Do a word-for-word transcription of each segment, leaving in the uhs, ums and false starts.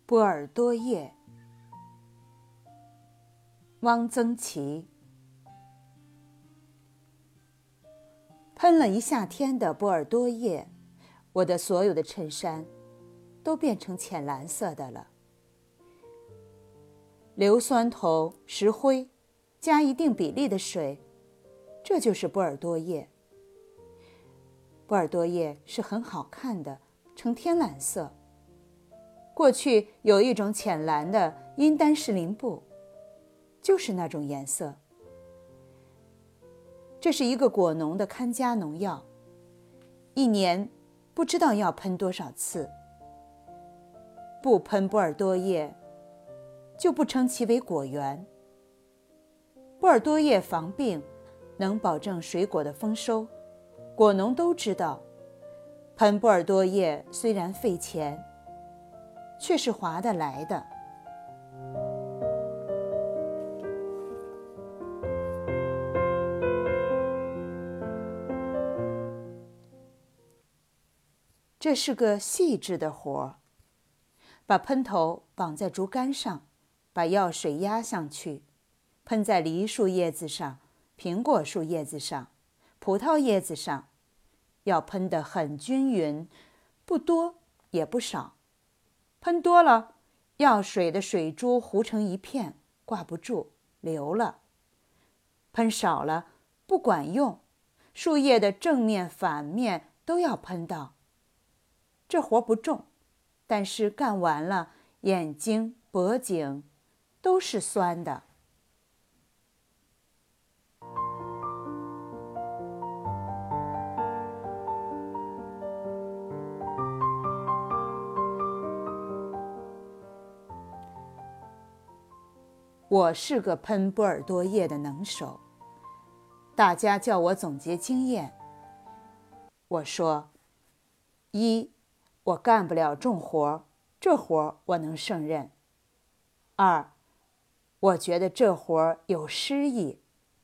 波尔多液，汪曾祺。喷了一夏天的波尔多液，我的所有的衬衫都变成浅蓝色的了。硫酸头、石灰，加一定比例的水，这就是波尔多液。波尔多液是很好看的，呈天蓝色。过去有一种浅蓝的阴丹士林布，就是那种颜色。这是一个果农的看家农药，一年不知道要喷多少次。不喷波尔多液，就不称其为果园。波尔多液防病，能保证水果的丰收，果农都知道。喷波尔多液虽然费钱，却是划得来的。这是个细致的活儿，把喷头绑在竹竿上，把药水压上去，喷在梨树叶子上、苹果树叶子上、葡萄叶子上，要喷得很均匀，不多也不少。喷多了，药水的水珠糊成一片，挂不住，流了。喷少了，不管用，树叶的正面、反面都要喷到。这活不重，但是干完了，眼睛、脖颈都是酸的。我是个喷波尔多液的能手，大家叫我总结经验。我说：一，我干不了重活，这活我能胜任。二，我觉得这活有诗意。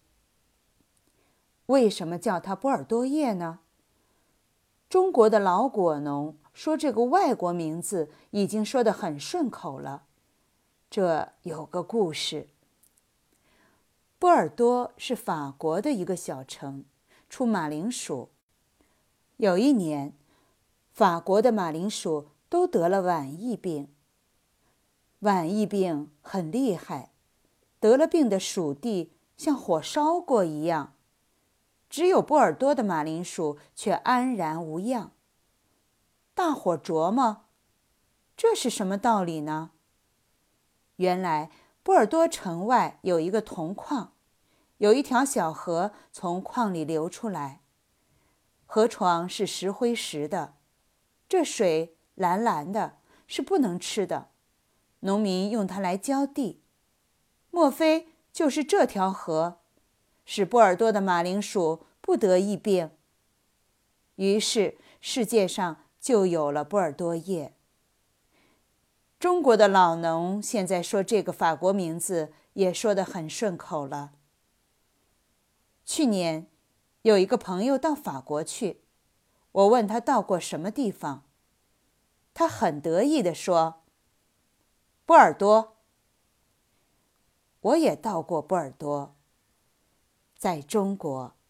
为什么叫它波尔多液呢？中国的老果农说这个外国名字已经说得很顺口了。这有个故事。波尔多是法国的一个小城，出马铃薯。有一年，法国的马铃薯都得了瘟疫病。瘟疫病很厉害，得了病的薯地像火烧过一样，只有波尔多的马铃薯却安然无恙。大伙琢磨，这是什么道理呢？原来波尔多城外有一个铜矿，有一条小河从矿里流出来，河床是石灰石的，这水蓝蓝的，是不能吃的，农民用它来浇地。莫非就是这条河使波尔多的马铃薯不得疫病？于是世界上就有了波尔多液。中国的老农现在说这个法国名字也说得很顺口了。去年有一个朋友到法国去，我问他到过什么地方，他很得意地说：波尔多。我也到过波尔多，在中国。